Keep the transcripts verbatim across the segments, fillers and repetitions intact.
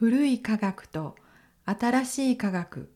古い科学と新しい科学。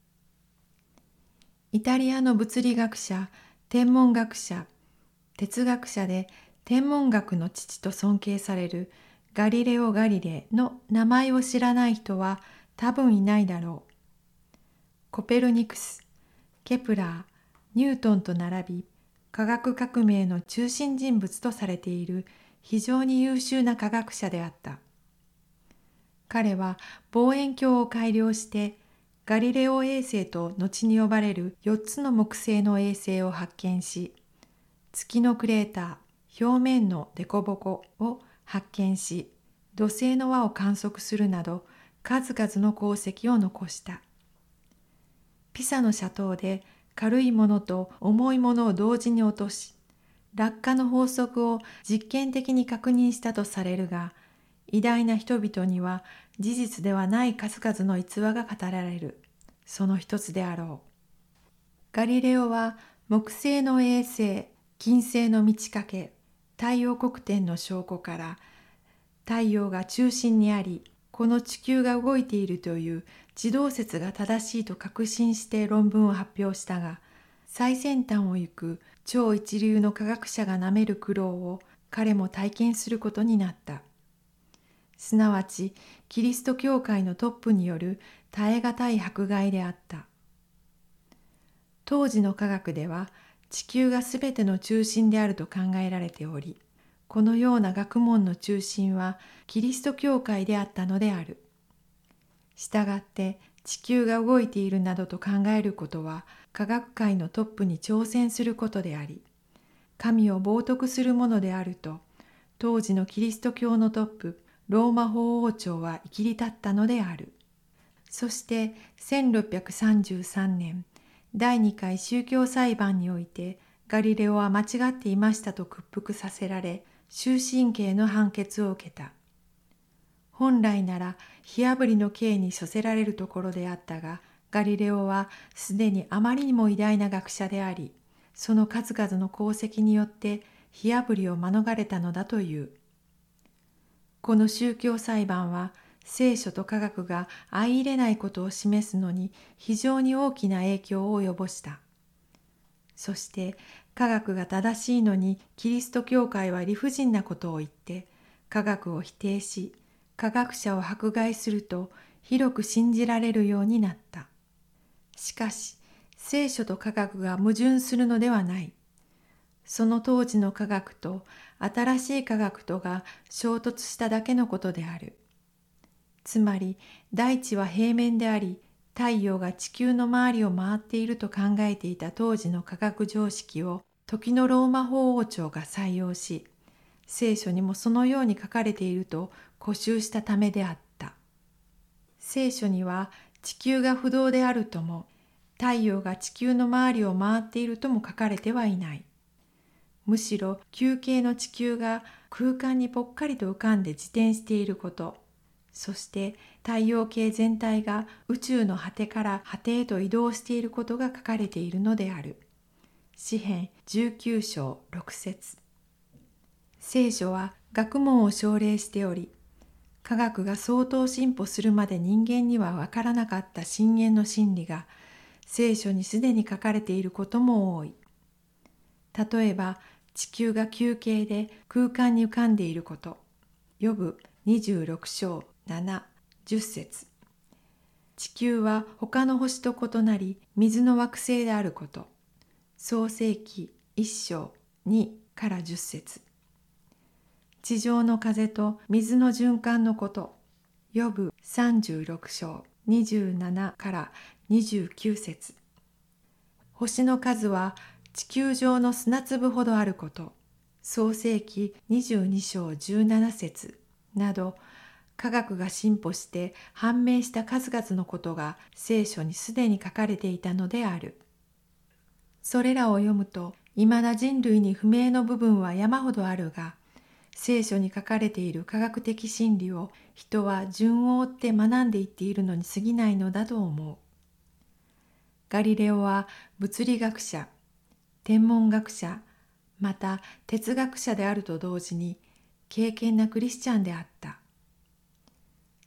イタリアの物理学者、天文学者、哲学者で天文学の父と尊敬されるガリレオ・ガリレイの名前を知らない人は多分いないだろう。コペルニクス、ケプラー、ニュートンと並び、科学革命の中心人物とされている非常に優秀な科学者であった。彼は望遠鏡を改良してガリレオ衛星と後に呼ばれるよっつの木星の衛星を発見し、月のクレーター、表面の凸凹を発見し、土星の輪を観測するなど数々の功績を残した。ピサの斜塔で軽いものと重いものを同時に落とし、落下の法則を実験的に確認したとされるが、偉大な人々には事実ではない数々の逸話が語られる。その一つであろう。ガリレオは木星の衛星、金星の満ち欠け、太陽黒点の証拠から太陽が中心にあり、この地球が動いているという地動説が正しいと確信して論文を発表したが、最先端を行く超一流の科学者がなめる苦労を彼も体験することになった。すなわちキリスト教会のトップによる耐え難い迫害であった。当時の科学では地球がすべての中心であると考えられており、このような学問の中心はキリスト教会であったのである。したがって地球が動いているなどと考えることは科学界のトップに挑戦することであり、神を冒涜するものであると当時のキリスト教のトップローマ法王朝は生きり立ったのである。そしてせんろっぴゃくさんじゅうさんねん、だいにかい宗教裁判においてガリレオは間違っていましたと屈服させられ、終身刑の判決を受けた。本来なら火あぶりの刑に処せられるところであったが、ガリレオはすでにあまりにも偉大な学者であり、その数々の功績によって火あぶりを免れたのだという。この宗教裁判は聖書と科学が相入れないことを示すのに非常に大きな影響を及ぼした。そして科学が正しいのにキリスト教会は理不尽なことを言って科学を否定し、科学者を迫害すると広く信じられるようになった。しかし聖書と科学が矛盾するのではない。その当時の科学と新しい科学とが衝突しただけのことである。つまり大地は平面であり、太陽が地球の周りを回っていると考えていた当時の科学常識を時のローマ法王朝が採用し、聖書にもそのように書かれていると固執したためであった。聖書には地球が不動であるとも、太陽が地球の周りを回っているとも書かれてはいない。むしろ球形の地球が空間にぽっかりと浮かんで自転していること、そして太陽系全体が宇宙の果てから果てへと移動していることが書かれているのである。詩編じゅうきゅうしょうろくせつ。聖書は学問を奨励しており、科学が相当進歩するまで人間にはわからなかった深淵の真理が聖書にすでに書かれていることも多い。例えば地球が球形で空間に浮かんでいること、ヨブにじゅうろくしょうなな、じゅっせつ。地球は他の星と異なり水の惑星であること、創世記いっしょうにからじゅっせつ。地上の風と水の循環のこと、ヨブさんじゅうろくしょうにじゅうななからにじゅうきゅうせつ。星の数は地球上の砂粒ほどあること、創世記にじゅうにしょうじゅうななせつなど、科学が進歩して判明した数々のことが聖書にすでに書かれていたのである。それらを読むと、いまだ人類に不明の部分は山ほどあるが、聖書に書かれている科学的真理を人は順を追って学んでいっているのに過ぎないのだと思う。ガリレオは物理学者、天文学者、また哲学者であると同時に敬虔なクリスチャンであった。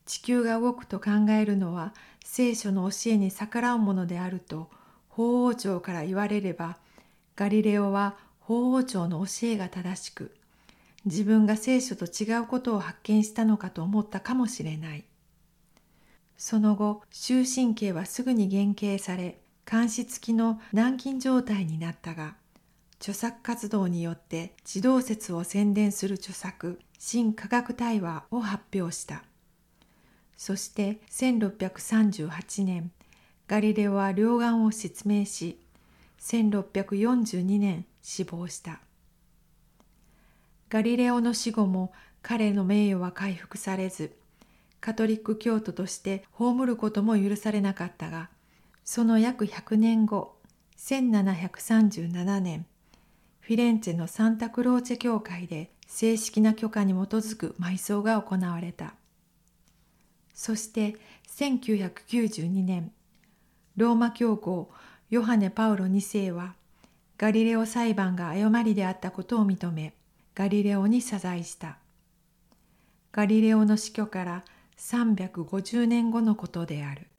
地球が動くと考えるのは聖書の教えに逆らうものであると法王朝から言われれば、ガリレオは法王朝の教えが正しく、自分が聖書と違うことを発見したのかと思ったかもしれない。その後、終身刑はすぐに減刑され、監視付きの軟禁状態になったが、著作活動によって地動説を宣伝する著作、新科学対話を発表した。そしてせんろっぴゃくさんじゅうはちねん、ガリレオは両眼を失明し、せんろっぴゃくよんじゅうにねん死亡した。ガリレオの死後も彼の名誉は回復されず、カトリック教徒として葬ることも許されなかったが、その約ひゃくねんご、せんななひゃくさんじゅうななねん、フィレンツェのサンタクローチェ教会で正式な許可に基づく埋葬が行われた。そしてせんきゅうひゃくきゅうじゅうにねん、ローマ教皇ヨハネ・パウロにせいはガリレオ裁判が誤りであったことを認め、ガリレオに謝罪した。ガリレオの死去からさんびゃくごじゅうねんごのことである。